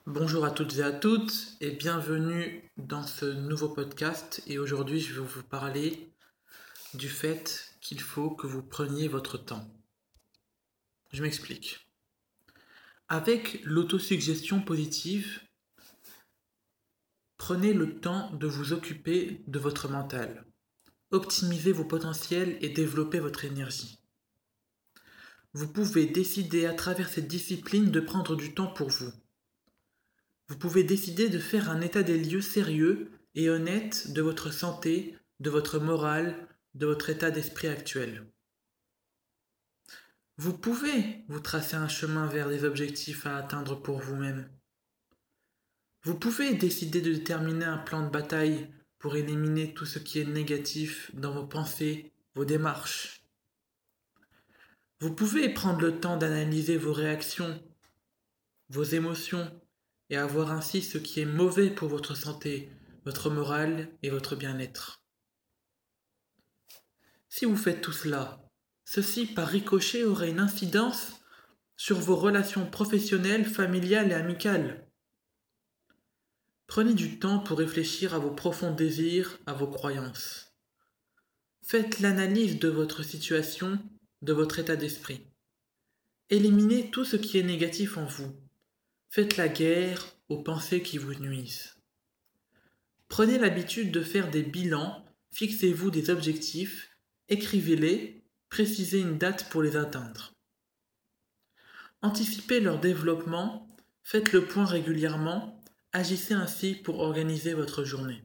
Bonjour à toutes et à toutes et bienvenue dans ce nouveau podcast et aujourd'hui je vais vous parler du fait qu'il faut que vous preniez votre temps. Je m'explique. Avec l'autosuggestion positive, prenez le temps de vous occuper de votre mental. Optimisez vos potentiels et développez votre énergie. Vous pouvez décider à travers cette discipline de prendre du temps pour vous. Vous pouvez décider de faire un état des lieux sérieux et honnête de votre santé, de votre morale, de votre état d'esprit actuel. Vous pouvez vous tracer un chemin vers des objectifs à atteindre pour vous-même. Vous pouvez décider de déterminer un plan de bataille pour éliminer tout ce qui est négatif dans vos pensées, vos démarches. Vous pouvez prendre le temps d'analyser vos réactions, vos émotions, et avoir ainsi ce qui est mauvais pour votre santé, votre morale et votre bien-être. Si vous faites tout cela, ceci par ricochet aurait une incidence sur vos relations professionnelles, familiales et amicales. Prenez du temps pour réfléchir à vos profonds désirs, à vos croyances. Faites l'analyse de votre situation, de votre état d'esprit. Éliminez tout ce qui est négatif en vous. Faites la guerre aux pensées qui vous nuisent. Prenez l'habitude de faire des bilans, fixez-vous des objectifs, écrivez-les, précisez une date pour les atteindre. Anticipez leur développement, faites le point régulièrement, agissez ainsi pour organiser votre journée.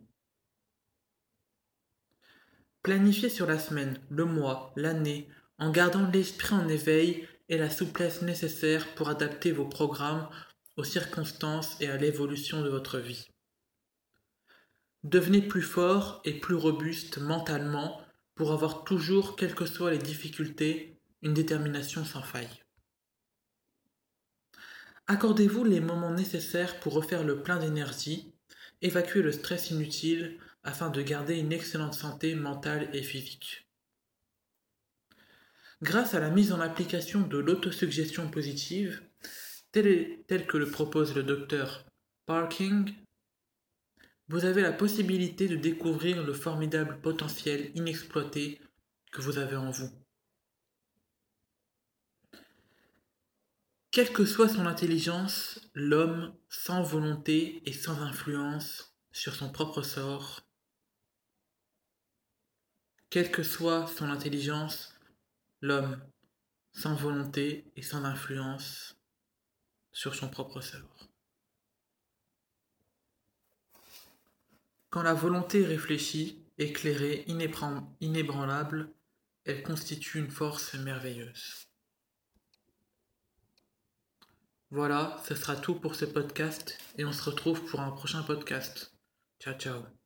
Planifiez sur la semaine, le mois, l'année, en gardant l'esprit en éveil et la souplesse nécessaire pour adapter vos programmes aux circonstances et à l'évolution de votre vie. Devenez plus fort et plus robuste mentalement pour avoir toujours, quelles que soient les difficultés, une détermination sans faille. Accordez-vous les moments nécessaires pour refaire le plein d'énergie, évacuer le stress inutile afin de garder une excellente santé mentale et physique. Grâce à la mise en application de l'autosuggestion positive, telle que le propose le docteur Parking, vous avez la possibilité de découvrir le formidable potentiel inexploité que vous avez en vous. Quelle que soit son intelligence, l'homme sans volonté et sans influence sur son propre sort, quelle que soit son intelligence, l'homme sans volonté et sans influence sur son propre sort. Quand la volonté est réfléchie, éclairée, inébranlable, elle constitue une force merveilleuse. Voilà, ce sera tout pour ce podcast et on se retrouve pour un prochain podcast. Ciao ciao.